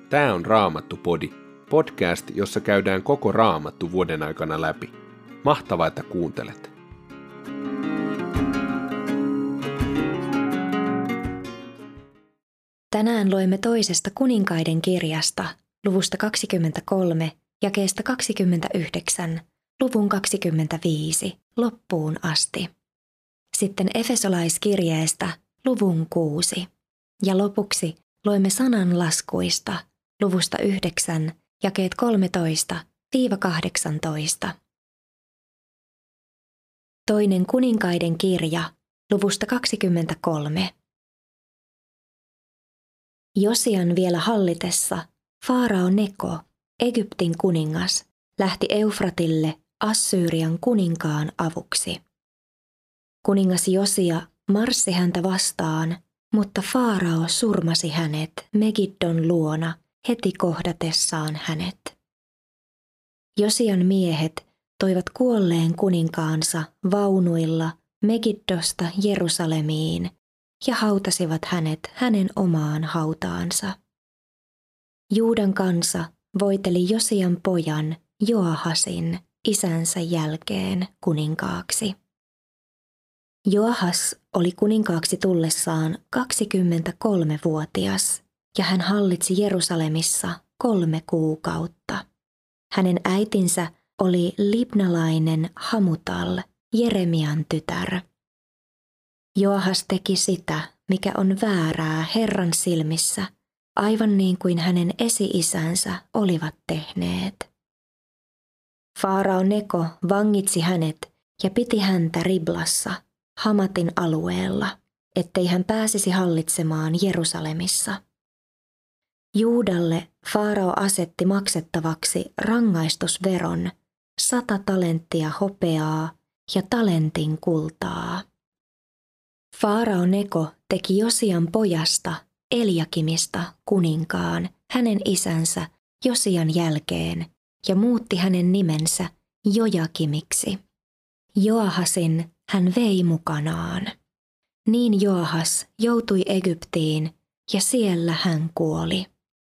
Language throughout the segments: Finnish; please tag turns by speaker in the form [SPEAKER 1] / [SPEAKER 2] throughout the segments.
[SPEAKER 1] Tää on Raamattu-podi, podcast, jossa käydään koko Raamattu vuoden aikana läpi. Mahtavaa, että kuuntelet!
[SPEAKER 2] Tänään loimme toisesta Kuninkaiden kirjasta, luvusta 23, jakeesta 29, luvun 25, loppuun asti. Sitten Efesolaiskirjeestä, luvun 6. Ja lopuksi loimme sananlaskuista, luvusta 9, jakeet 13-18. Toinen Kuninkaiden kirja, luvusta 23. Josian vielä hallitessa Faarao Neko, Egyptin kuningas, lähti Eufratille Assyrian kuninkaan avuksi. Kuningas Josia marssi häntä vastaan, mutta Faarao surmasi hänet Megiddon luona heti kohdatessaan hänet. Josian miehet toivat kuolleen kuninkaansa vaunuilla Megiddosta Jerusalemiin ja hautasivat hänet hänen omaan hautaansa. Juudan kansa voiteli Josian pojan Joahasin isänsä jälkeen kuninkaaksi. Joahas oli kuninkaaksi tullessaan 23-vuotias ja hän hallitsi Jerusalemissa 3 kuukautta. Hänen äitinsä oli libnalainen Hamutal, Jeremian tytär. Joahas teki sitä, mikä on väärää Herran silmissä, aivan niin kuin hänen esi-isänsä olivat tehneet. Faarao Neko vangitsi hänet ja piti häntä Riblassa, Hamatin alueella, ettei hän pääsisi hallitsemaan Jerusalemissa. Juudalle Faarao asetti maksettavaksi rangaistusveron 100 talenttia hopeaa ja talentin kultaa. Faarao Neko teki Josian pojasta Eliakimista kuninkaan hänen isänsä Josian jälkeen ja muutti hänen nimensä Jojakimiksi. Joahasin hän vei mukanaan. Niin Joahas joutui Egyptiin ja siellä hän kuoli.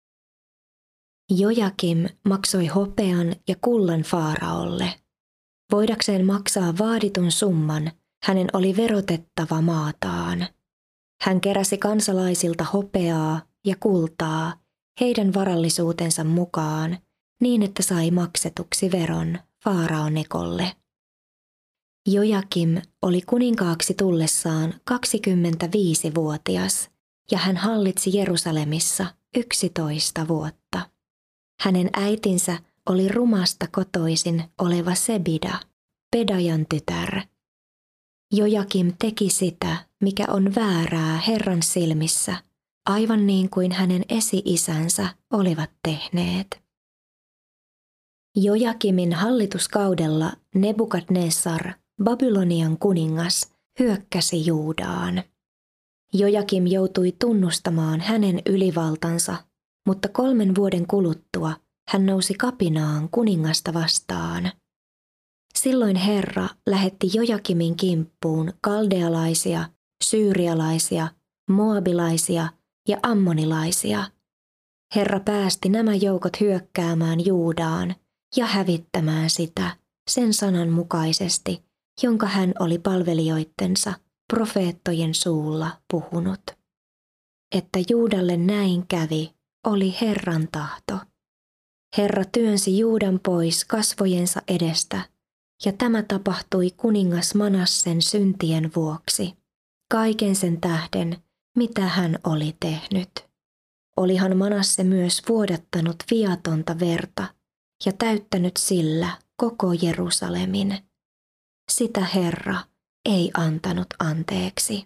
[SPEAKER 2] Jojakim maksoi hopean ja kullan Faaraolle. Voidakseen maksaa vaaditun summan, hänen oli verotettava maataan. Hän keräsi kansalaisilta hopeaa ja kultaa heidän varallisuutensa mukaan niin, että sai maksetuksi veron Faarao Nekolle. Jojakim oli kuninkaaksi tullessaan 25-vuotias ja hän hallitsi Jerusalemissa 11 vuotta. Hänen äitinsä oli Rumasta kotoisin oleva Sebida, Pedajan tytär. Jojakim teki sitä, mikä on väärää Herran silmissä, aivan niin kuin hänen esi-isänsä olivat tehneet. Jojakimin hallituskaudella Nebukadnessar, Babylonian kuningas, hyökkäsi Juudaan. Jojakim joutui tunnustamaan hänen ylivaltansa, mutta 3 vuoden kuluttua hän nousi kapinaan kuningasta vastaan. Silloin Herra lähetti Jojakimin kimppuun kaldealaisia, syyrialaisia, moabilaisia ja ammonilaisia. Herra päästi nämä joukot hyökkäämään Juudaan ja hävittämään sitä sen sanan mukaisesti, jonka hän oli palvelijoittensa profeettojen suulla puhunut. Että Juudalle näin kävi, oli Herran tahto. Herra työnsi Juudan pois kasvojensa edestä, ja tämä tapahtui kuningas Manassen syntien vuoksi, kaiken sen tähden, mitä hän oli tehnyt. Olihan Manasse myös vuodattanut viatonta verta ja täyttänyt sillä koko Jerusalemin. Sitä Herra ei antanut anteeksi.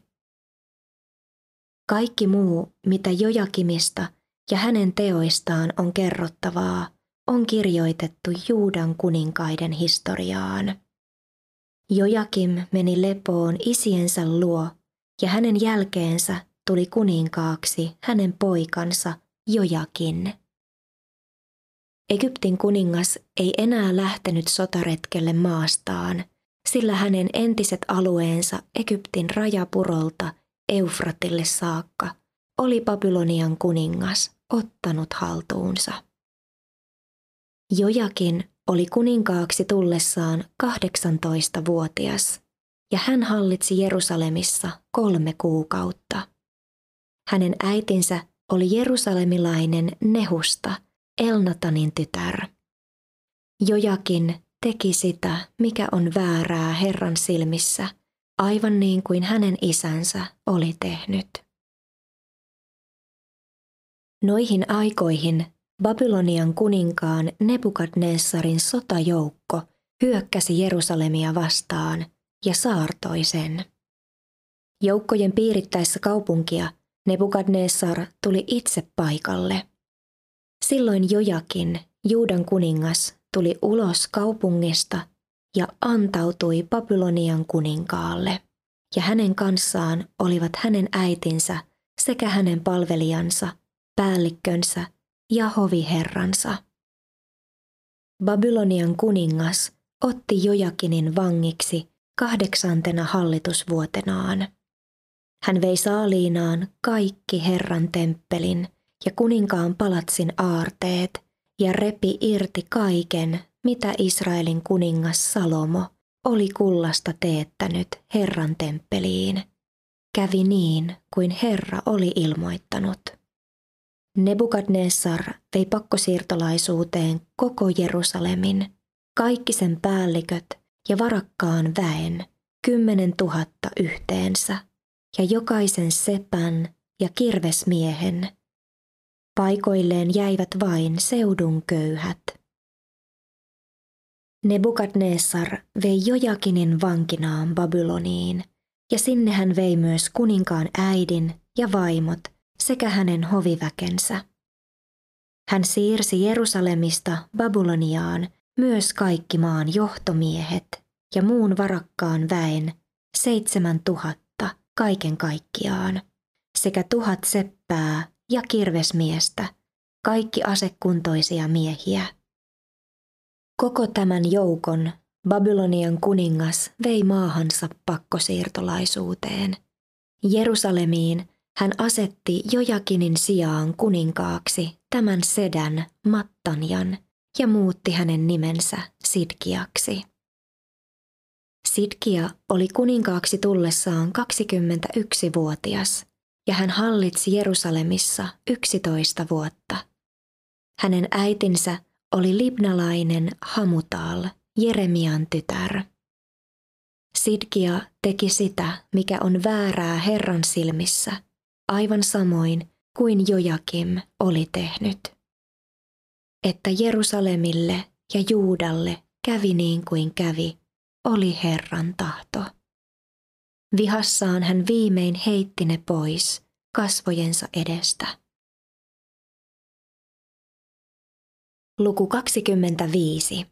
[SPEAKER 2] Kaikki muu, mitä Jojakimista ja hänen teoistaan on kerrottavaa, on kirjoitettu Juudan kuninkaiden historiaan. Jojakim meni lepoon isiensä luo ja hänen jälkeensä tuli kuninkaaksi hänen poikansa Jojakin. Egyptin kuningas ei enää lähtenyt sotaretkelle maastaan, sillä hänen entiset alueensa Egyptin rajapurolta Eufratille saakka oli Babylonian kuningas ottanut haltuunsa. Jojakin oli kuninkaaksi tullessaan 18-vuotias, ja hän hallitsi Jerusalemissa 3 kuukautta. Hänen äitinsä oli jerusalemilainen Nehusta, Elnatanin tytär. Jojakin teki sitä, mikä on väärää Herran silmissä, aivan niin kuin hänen isänsä oli tehnyt. Noihin aikoihin Babylonian kuninkaan Nebukadnessarin sotajoukko hyökkäsi Jerusalemia vastaan ja saartoi sen. Joukkojen piirittäessä kaupunkia Nebukadnessar tuli itse paikalle. Silloin Jojakin, Juudan kuningas, tuli ulos kaupungista ja antautui Babylonian kuninkaalle, ja hänen kanssaan olivat hänen äitinsä sekä hänen palvelijansa, päällikkönsä ja hoviherransa. Babylonian kuningas otti Jojakinin vangiksi 8. hallitusvuotenaan. Hän vei saaliinaan kaikki Herran temppelin ja kuninkaan palatsin aarteet ja repi irti kaiken, mitä Israelin kuningas Salomo oli kullasta teettänyt Herran temppeliin. Kävi niin, kuin Herra oli ilmoittanut. Nebukadnessar vei pakkosiirtolaisuuteen koko Jerusalemin, kaikki sen päälliköt ja varakkaan väen, 10 000 yhteensä, ja jokaisen sepän ja kirvesmiehen. Paikoilleen jäivät vain seudun köyhät. Nebukadnessar vei Jojakinin vankinaan Babyloniin, ja sinne hän vei myös kuninkaan äidin ja vaimot sekä hänen hoviväkensä. Hän siirsi Jerusalemista Babyloniaan myös kaikki maan johtomiehet ja muun varakkaan väen 7 000 kaiken kaikkiaan, sekä 1000 seppää ja kirvesmiestä, kaikki asekuntoisia miehiä. Koko tämän joukon Babylonian kuningas vei maahansa pakkosiirtolaisuuteen. Jerusalemiin hän asetti Jojakinin sijaan kuninkaaksi tämän sedän Mattanjan ja muutti hänen nimensä Sidkiaksi. Sidkia oli kuninkaaksi tullessaan 21-vuotias ja hän hallitsi Jerusalemissa 11 vuotta. Hänen äitinsä oli libnalainen Hamutal, Jeremian tytär. Sidkia teki sitä, mikä on väärää Herran silmissä, aivan samoin kuin Jojakim oli tehnyt. Että Jerusalemille ja Juudalle kävi niin kuin kävi, oli Herran tahto. Vihassaan hän viimein heitti ne pois kasvojensa edestä. Luku 25.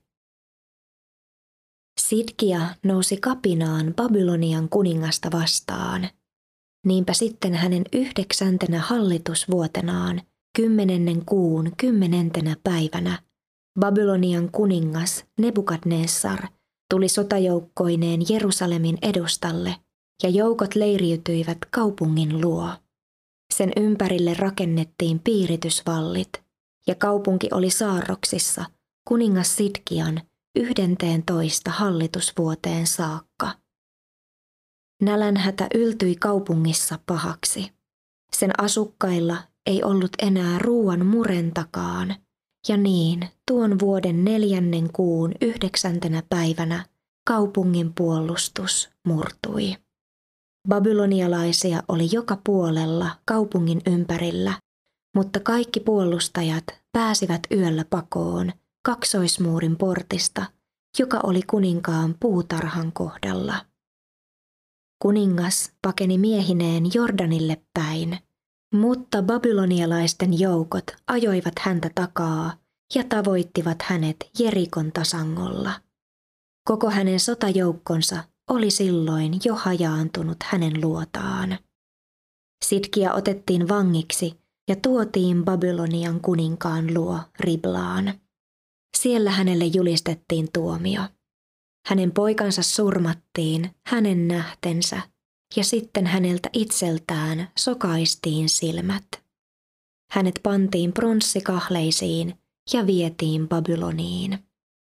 [SPEAKER 2] Sidkia nousi kapinaan Babylonian kuningasta vastaan. Niinpä sitten hänen 9. hallitusvuotenaan 10. kuun 10. päivänä Babylonian kuningas Nebukadnessar tuli sotajoukkoineen Jerusalemin edustalle ja joukot leiriytyivät kaupungin luo. Sen ympärille rakennettiin piiritysvallit ja kaupunki oli saarroksissa kuningas Sidkian 11. hallitusvuoteen saakka. Nälänhätä yltyi kaupungissa pahaksi. Sen asukkailla ei ollut enää ruuan murentakaan, ja niin tuon vuoden 4. kuun 9. päivänä kaupungin puolustus murtui. Babylonialaisia oli joka puolella kaupungin ympärillä, mutta kaikki puolustajat pääsivät yöllä pakoon kaksoismuurin portista, joka oli kuninkaan puutarhan kohdalla. Kuningas pakeni miehineen Jordanille päin, mutta babylonialaisten joukot ajoivat häntä takaa ja tavoittivat hänet Jerikon tasangolla. Koko hänen sotajoukkonsa oli silloin jo hajaantunut hänen luotaan. Sidkia otettiin vangiksi ja tuotiin Babylonian kuninkaan luo Riblaan. Siellä hänelle julistettiin tuomio. Hänen poikansa surmattiin hänen nähtensä ja sitten häneltä itseltään sokaistiin silmät. hänet pantiin pronssikahleisiin ja vietiin Babyloniin.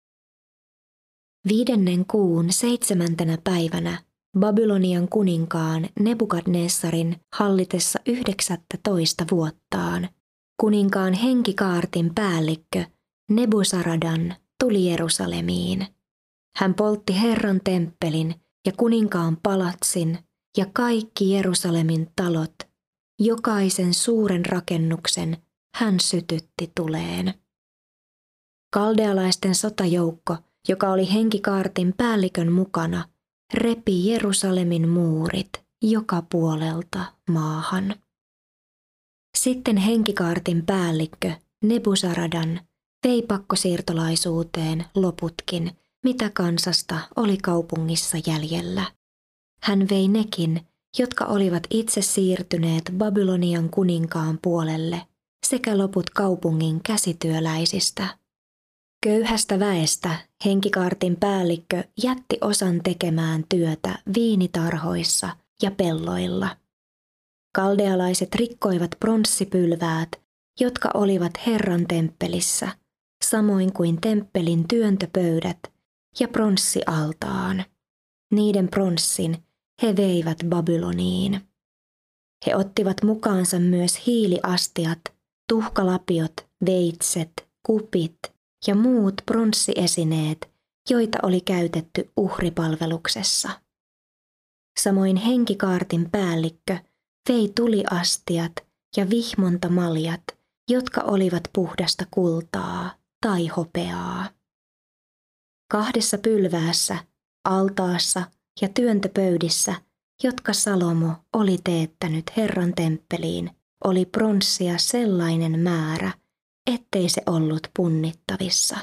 [SPEAKER 2] 5. kuun 7. päivänä Babylonian kuninkaan Nebukadnessarin hallitessa 19 vuottaan kuninkaan henkikaartin päällikkö Nebusaradan tuli Jerusalemiin. Hän poltti Herran temppelin ja kuninkaan palatsin ja kaikki Jerusalemin talot, jokaisen suuren rakennuksen hän sytytti tuleen. Kaldealaisten sotajoukko, joka oli henkikaartin päällikön mukana, repi Jerusalemin muurit joka puolelta maahan. Sitten henkikaartin päällikkö Nebusaradan vei pakkosiirtolaisuuteen loputkin, mitä kansasta oli kaupungissa jäljellä. Hän vei nekin, jotka olivat itse siirtyneet Babylonian kuninkaan puolelle, sekä loput kaupungin käsityöläisistä. Köyhästä väestä henkikaartin päällikkö jätti osan tekemään työtä viinitarhoissa ja pelloilla. Kaldealaiset rikkoivat pronssipylväät, jotka olivat Herran temppelissä, samoin kuin temppelin työntöpöydät ja pronssialtaan. Niiden pronssin he veivät Babyloniin. He ottivat mukaansa myös hiiliastiat, tuhkalapiot, veitset, kupit ja muut pronssiesineet, joita oli käytetty uhripalveluksessa. Samoin henkikaartin päällikkö vei tuliastiat ja vihmontamaljat, jotka olivat puhdasta kultaa tai hopeaa. 2 pylväässä, altaassa ja työntöpöydissä, jotka Salomo oli teettänyt Herran temppeliin, oli pronssia sellainen määrä, ettei se ollut punnittavissa.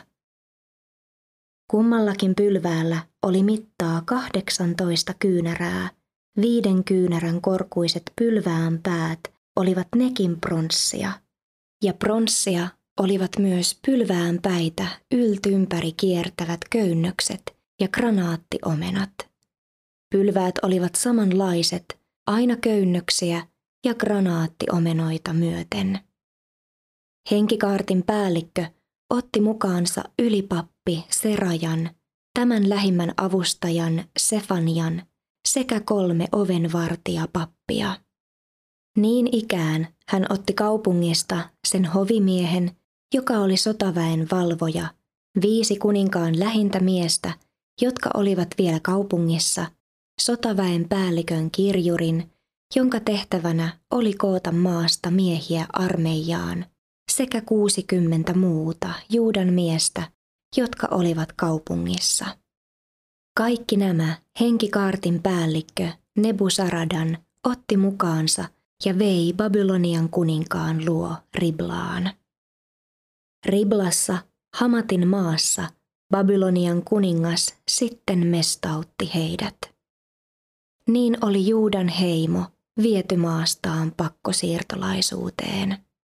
[SPEAKER 2] Kummallakin pylväällä oli mittaa 18 kyynärää, 5 kyynärän korkuiset pylvään päät olivat nekin pronssia, ja pronssia olivat myös pylvään päitä yltympäri kiertävät köynnökset ja granaattiomenat. Pylväät olivat samanlaiset, aina köynnöksiä ja granaattiomennoita myöten. Henkikaartin päällikkö otti mukaansa ylipappi Serajan, tämän lähimmän avustajan Sefanian sekä 3 ovenvartijapappia. Niin ikään hän otti kaupungista sen hovimiehen, joka oli sotaväen valvoja, 5 kuninkaan lähintä miestä, jotka olivat vielä kaupungissa, sotaväen päällikön kirjurin, jonka tehtävänä oli koota maasta miehiä armeijaan, sekä 60 muuta Juudan miestä, jotka olivat kaupungissa. Kaikki nämä henkikaartin päällikkö Nebusaradan otti mukaansa ja vei Babylonian kuninkaan luo Riblaan. Riblassa, Hamatin maassa, Babylonian kuningas sitten mestautti heidät. Niin oli Juudan heimo viety maastaan pakkosiirtolaisuuteen.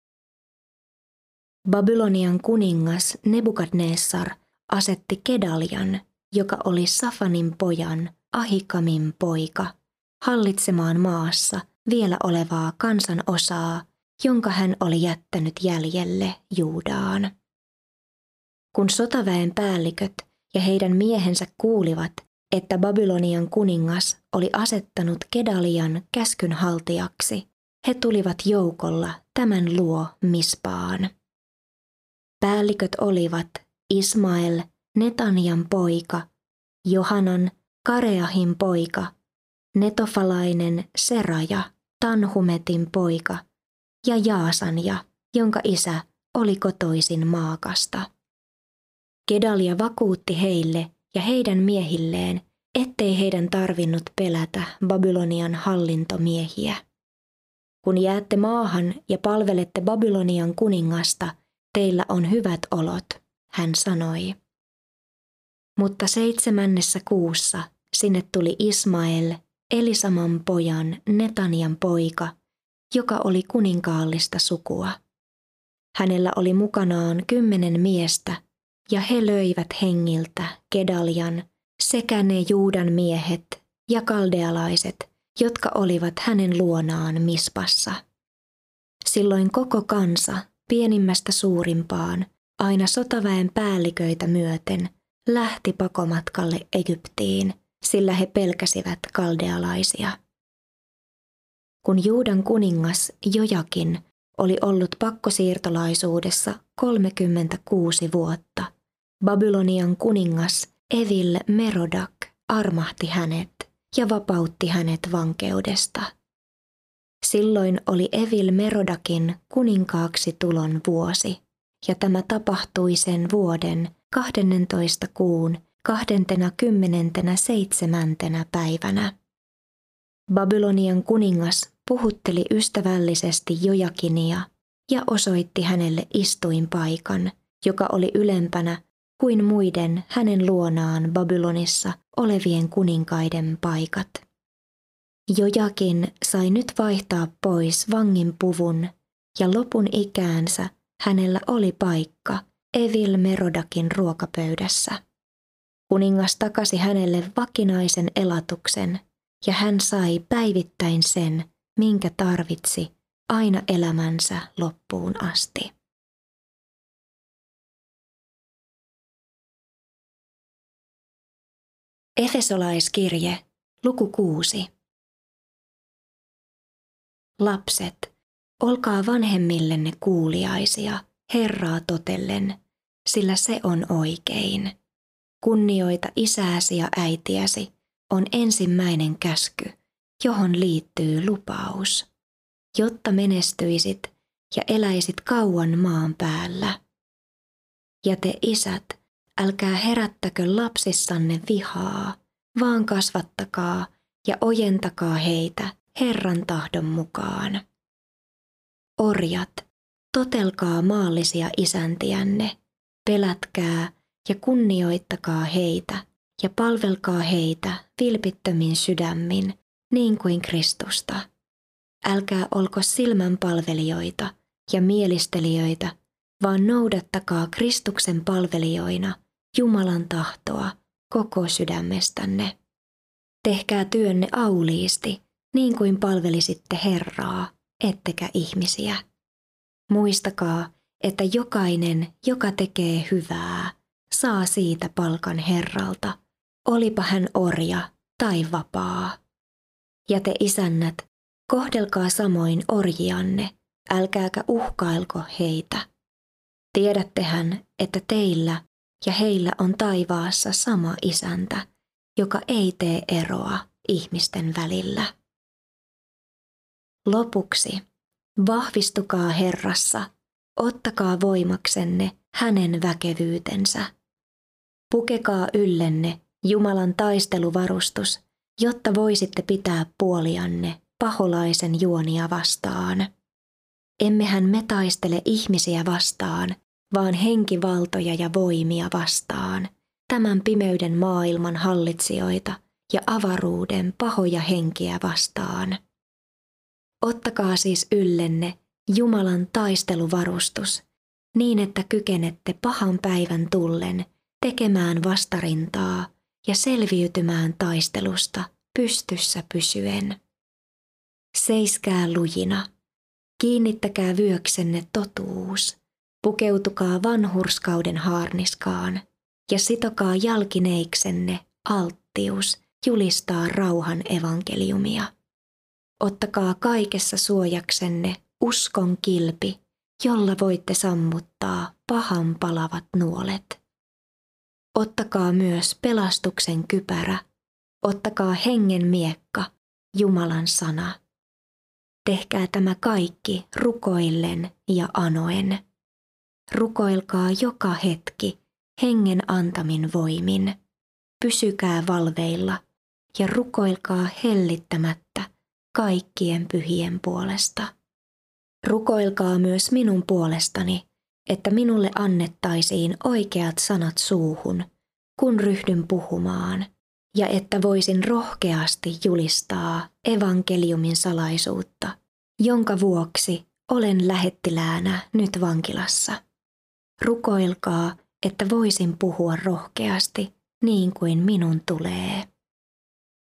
[SPEAKER 2] Babylonian kuningas Nebukadnessar asetti Kedaljan, joka oli Safanin pojan Ahikamin poika, hallitsemaan maassa vielä olevaa kansanosaa, jonka hän oli jättänyt jäljelle Juudaan. Kun sotaväen päälliköt ja heidän miehensä kuulivat, että Babylonian kuningas oli asettanut Kedalian käskynhaltijaksi, he tulivat joukolla tämän luo Mispaan. Päälliköt olivat Ismael, Netanian poika, Johanan, Kareahin poika, netofalainen Seraja, Tanhumetin poika ja Jaasanja, jonka isä oli kotoisin Maakasta. Gedalia vakuutti heille ja heidän miehilleen, ettei heidän tarvinnut pelätä Babylonian hallintomiehiä. Kun jäätte maahan ja palvelette Babylonian kuningasta, teillä on hyvät olot, hän sanoi. Mutta 7. kuussa sinne tuli Ismael, Elisaman pojan Netanian poika, joka oli kuninkaallista sukua. Hänellä oli mukanaan 10 miestä, ja he löivät hengiltä Gedalian sekä ne Juudan miehet ja kaldealaiset, jotka olivat hänen luonaan Mispassa. Silloin koko kansa, pienimmästä suurimpaan, aina sotaväen päälliköitä myöten, lähti pakomatkalle Egyptiin, sillä he pelkäsivät kaldealaisia. Kun Juudan kuningas Jojakin oli ollut pakkosiirtolaisuudessa 36 vuotta, Babylonian kuningas Evil Merodak armahti hänet ja vapautti hänet vankeudesta. Silloin oli Evil Merodakin kuninkaaksi tulon vuosi, ja tämä tapahtui sen vuoden 12. kuun 27. päivänä. Babylonian kuningas puhutteli ystävällisesti Jojakinia ja osoitti hänelle istuinpaikan, joka oli ylempänä kuin muiden hänen luonaan Babylonissa olevien kuninkaiden paikat. Jojakin sai nyt vaihtaa pois vangin puvun, ja lopun ikäänsä hänellä oli paikka Evil Merodakin ruokapöydässä. Kuningas takasi hänelle vakinaisen elatuksen, ja hän sai päivittäin sen, minkä tarvitsi aina elämänsä loppuun asti. Efesolaiskirje, luku 6. Lapset, olkaa vanhemmillenne kuuliaisia, Herraa totellen, sillä se on oikein. Kunnioita isääsi ja äitiäsi on ensimmäinen käsky, johon liittyy lupaus, jotta menestyisit ja eläisit kauan maan päällä. Ja te isät, älkää herättäkö lapsissanne vihaa, vaan kasvattakaa ja ojentakaa heitä Herran tahdon mukaan. Orjat, totelkaa maallisia isäntiänne, pelätkää ja kunnioittakaa heitä ja palvelkaa heitä vilpittömin sydämin, niin kuin Kristusta. Älkää olko silmänpalvelijoita ja mielistelijöitä, vaan noudattakaa Kristuksen palvelijoina Jumalan tahtoa koko sydämestänne. Tehkää työnne auliisti, niin kuin palvelisitte Herraa, ettekä ihmisiä. Muistakaa, että jokainen, joka tekee hyvää, saa siitä palkan Herralta, olipa hän orja tai vapaa. Ja te isännät, kohdelkaa samoin orjianne, älkääkä uhkailko heitä. Tiedättehän, että teillä ja heillä on taivaassa sama isäntä, joka ei tee eroa ihmisten välillä. Lopuksi, vahvistukaa Herrassa, ottakaa voimaksenne hänen väkevyytensä. Pukekaa yllenne Jumalan taisteluvarustus, jotta voisitte pitää puolianne paholaisen juonia vastaan. Emmehän me taistele ihmisiä vastaan, vaan henkivaltoja ja voimia vastaan, tämän pimeyden maailman hallitsijoita ja avaruuden pahoja henkiä vastaan. Ottakaa siis yllenne Jumalan taisteluvarustus, niin että kykenette pahan päivän tullen tekemään vastarintaa ja selviytymään taistelusta pystyssä pysyen. Seiskää lujina, kiinnittäkää vyöksenne totuus, pukeutukaa vanhurskauden haarniskaan ja sitokaa jalkineiksenne alttius julistaa rauhan evankeliumia. Ottakaa kaikessa suojaksenne uskon kilpi, jolla voitte sammuttaa pahan palavat nuolet. Ottakaa myös pelastuksen kypärä, ottakaa hengen miekka, Jumalan sana. Tehkää tämä kaikki rukoillen ja anoen. Rukoilkaa joka hetki hengen antamin voimin. Pysykää valveilla ja rukoilkaa hellittämättä kaikkien pyhien puolesta. Rukoilkaa myös minun puolestani, että minulle annettaisiin oikeat sanat suuhun, kun ryhdyn puhumaan, ja että voisin rohkeasti julistaa evankeliumin salaisuutta, jonka vuoksi olen lähettiläänä nyt vankilassa. Rukoilkaa, että voisin puhua rohkeasti niin kuin minun tulee.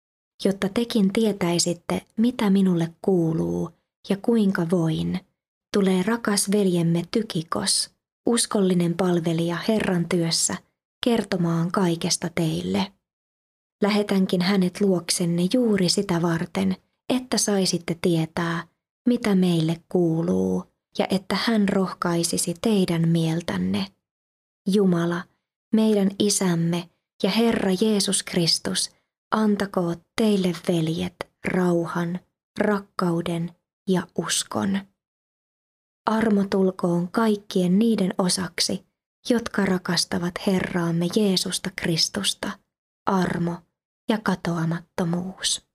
[SPEAKER 2] Jotta tekin tietäisitte, mitä minulle kuuluu ja kuinka voin, tulee rakas veljemme Tykikos, uskollinen palvelija Herran työssä, kertomaan kaikesta teille. Lähetänkin hänet luoksenne juuri sitä varten, että saisitte tietää, mitä meille kuuluu, ja että hän rohkaisisi teidän mieltänne. Jumala, meidän Isämme ja Herra Jeesus Kristus, antakoot teille veljet rauhan, rakkauden ja uskon. Armo tulkoon kaikkien niiden osaksi, jotka rakastavat Herraamme Jeesusta Kristusta, armo ja katoamattomuus.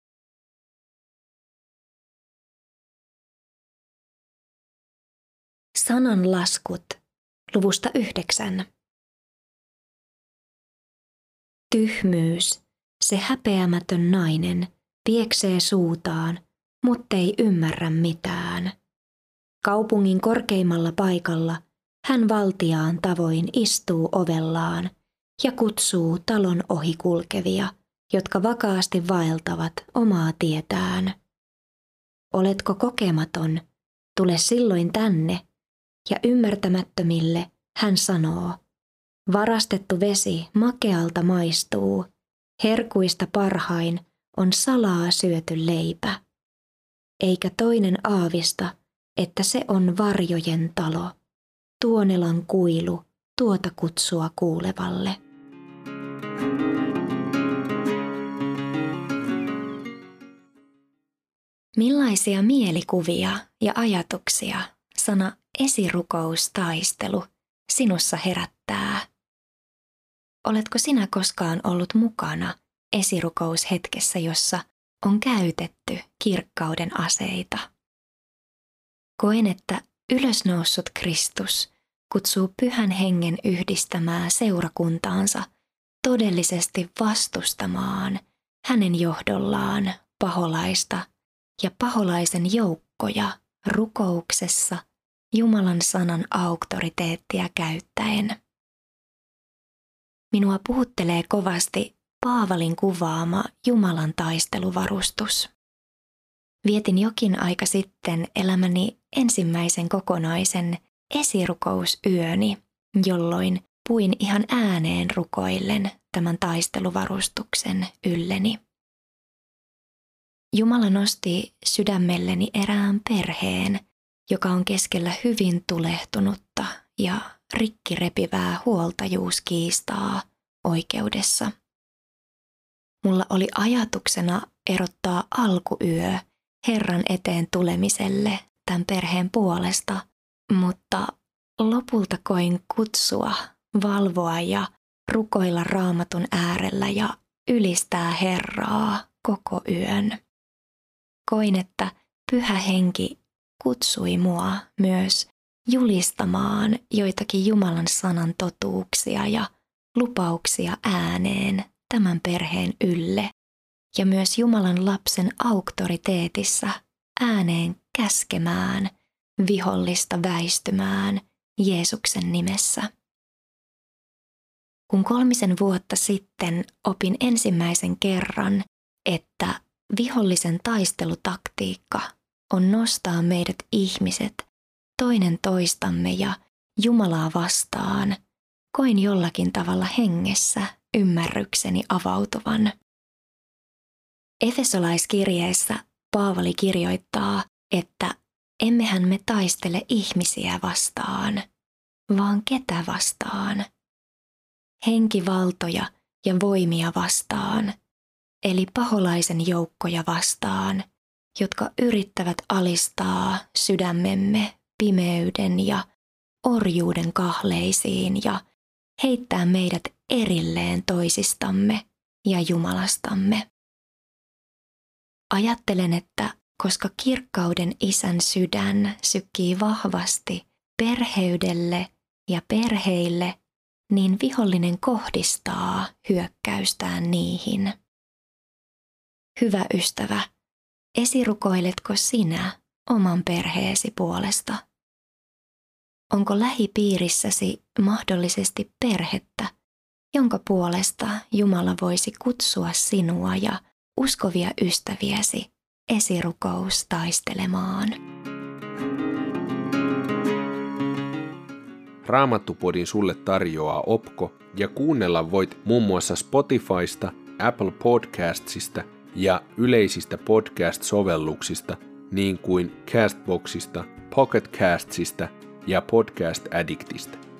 [SPEAKER 2] Sananlaskut luvusta 9. Tyhmyys, se häpeämätön nainen, pieksee suutaan, muttei ymmärrä mitään. Kaupungin korkeimmalla paikalla hän valtiaan tavoin istuu ovellaan ja kutsuu talon ohi kulkevia, jotka vakaasti vaeltavat omaa tietään. Oletko kokematon? Tule silloin tänne, ja ymmärtämättömille hän sanoo, varastettu vesi makealta maistuu, herkuista parhain on salaa syöty leipä. Eikä toinen aavista, että se on varjojen talo, Tuonelan kuilu tuota kutsua kuulevalle. Millaisia mielikuvia ja ajatuksia sana esirukoustaistelu sinussa herättää? Oletko sinä koskaan ollut mukana esirukoushetkessä, jossa on käytetty kirkkauden aseita? Koen, että ylösnoussut Kristus kutsuu Pyhän Hengen yhdistämää seurakuntaansa todellisesti vastustamaan hänen johdollaan paholaista ja paholaisen joukkoja rukouksessa Jumalan sanan auktoriteettia käyttäen. Minua puhuttelee kovasti Paavalin kuvaama Jumalan taisteluvarustus. Vietin jokin aika sitten elämäni ensimmäisen kokonaisen esirukousyöni, jolloin puin ihan ääneen rukoillen tämän taisteluvarustuksen ylleni. Jumala nosti sydämelleni erään perheen, joka on keskellä hyvin tulehtunutta ja rikkirepivää huoltajuuskiistaa oikeudessa. Mulla oli ajatuksena erottaa alkuyö Herran eteen tulemiselle tämän perheen puolesta, mutta lopulta koin kutsua valvoa ja rukoilla Raamatun äärellä ja ylistää Herraa koko yön. Koin, että Pyhä Henki kutsui mua myös julistamaan joitakin Jumalan sanan totuuksia ja lupauksia ääneen tämän perheen ylle ja myös Jumalan lapsen auktoriteetissa ääneen käskemään vihollista väistymään Jeesuksen nimessä. Kun 3 vuotta sitten opin ensimmäisen kerran, että vihollisen taistelutaktiikka on nostaa meidät ihmiset toinen toistamme ja Jumalaa vastaan, koin jollakin tavalla hengessä ymmärrykseni avautuvan. Efesolaiskirjeessä Paavali kirjoittaa, että emmehän me taistele ihmisiä vastaan, vaan ketä vastaan? Henkivaltoja ja voimia vastaan, eli paholaisen joukkoja vastaan, jotka yrittävät alistaa sydämemme pimeyden ja orjuuden kahleisiin ja heittää meidät erilleen toisistamme ja Jumalastamme. Ajattelen, että koska kirkkauden Isän sydän sykkii vahvasti perheydelle ja perheille, niin vihollinen kohdistaa hyökkäystään niihin. Hyvä ystävä, esirukoiletko sinä oman perheesi puolesta? Onko lähipiirissäsi mahdollisesti perhettä, jonka puolesta Jumala voisi kutsua sinua ja uskovia ystäviäsi esirukoustaistelemaan?
[SPEAKER 1] Raamattupodin sulle tarjoaa Opko ja kuunnella voit muun muassa Spotifysta, Apple Podcastsista ja yleisistä podcast-sovelluksista niin kuin Castboxista, Pocket Castsista ja Podcast Addictista.